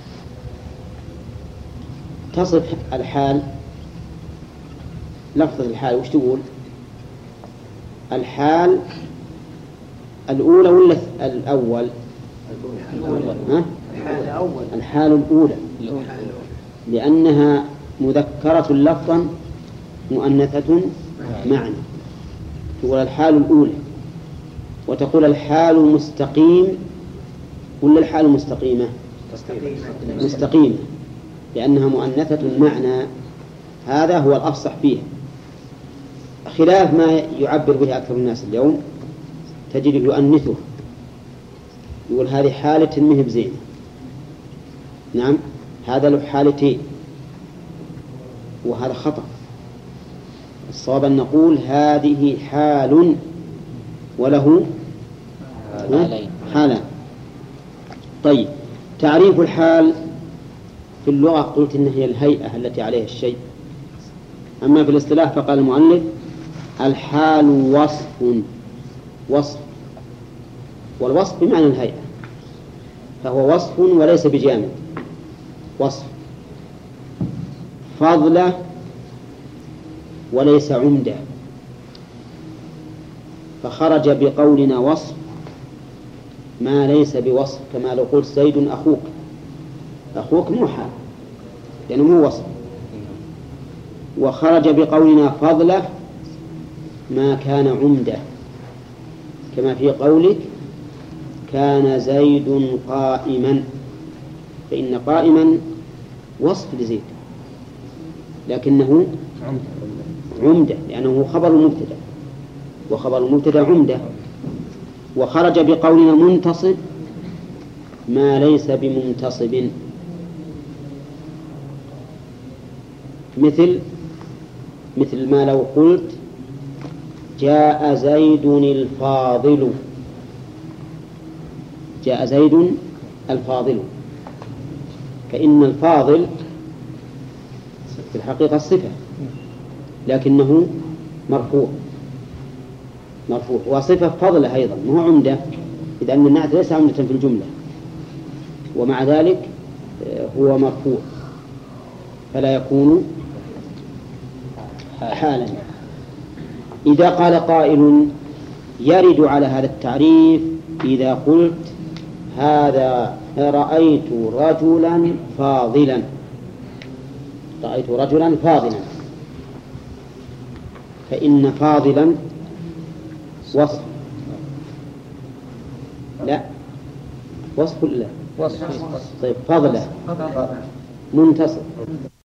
تصف الحال، لفظ الحال وش تقول؟ الحال الأولى ولا الأول؟ الحال الأولى، لأنها مذكرة لفظا مؤنثة معنى، تقول الحال الأولى، وتقول الحال مستقيم ولا الحال مستقيمة؟ مستقيمة، لأنها مؤنثة معنى. هذا هو الأفصح فيها، خلاف ما يعبر به أكثر الناس اليوم، تجد يؤنثه، يقول هذه حالة مهب زينة. نعم، هذا له حالتين، وهذا خطأ. الصواب أن نقول هذه حال وله حالان. طيب، تعريف الحال في اللغة قلت إن هي الهيئة التي عليها الشيء، أما في الاصطلاح فقال المؤلف الحال وصف، والوصف بمعنى الهيئة، فهو وصف وليس بجامد، وصف فضلة وليس عمدة. فخرج بقولنا وصف ما ليس بوصف، كما لو قلت زيد أخوك مو حال لأنه مو وصف. وخرج بقولنا فضلة ما كان عمدة، كما في قولك كان زيد قائما، فإن قائما وصف لزيد لكنه عمدة لأنه خبر المبتدأ، وخبر المبتدأ عمدة. وخرج بقولنا منتصب ما ليس بمنتصب، مثل ما لو قلت جاء زيد الفاضل، جاء زيد الفاضل، فإن الفاضل في الحقيقة الصفة لكنه مرفوع، وصفة فضلة أيضا مو عمدة، إذ أن النعت ليس عمدة في الجملة، ومع ذلك هو مرفوع فلا يكون حالا. إذا قال قائل يرد على هذا التعريف إذا قلت هذا رأيت رجلا فاضلا، رأيت رجلا فاضلا، فإن فاضلا وصف، لا وصف لا وصف. طيب، فضله منتصب.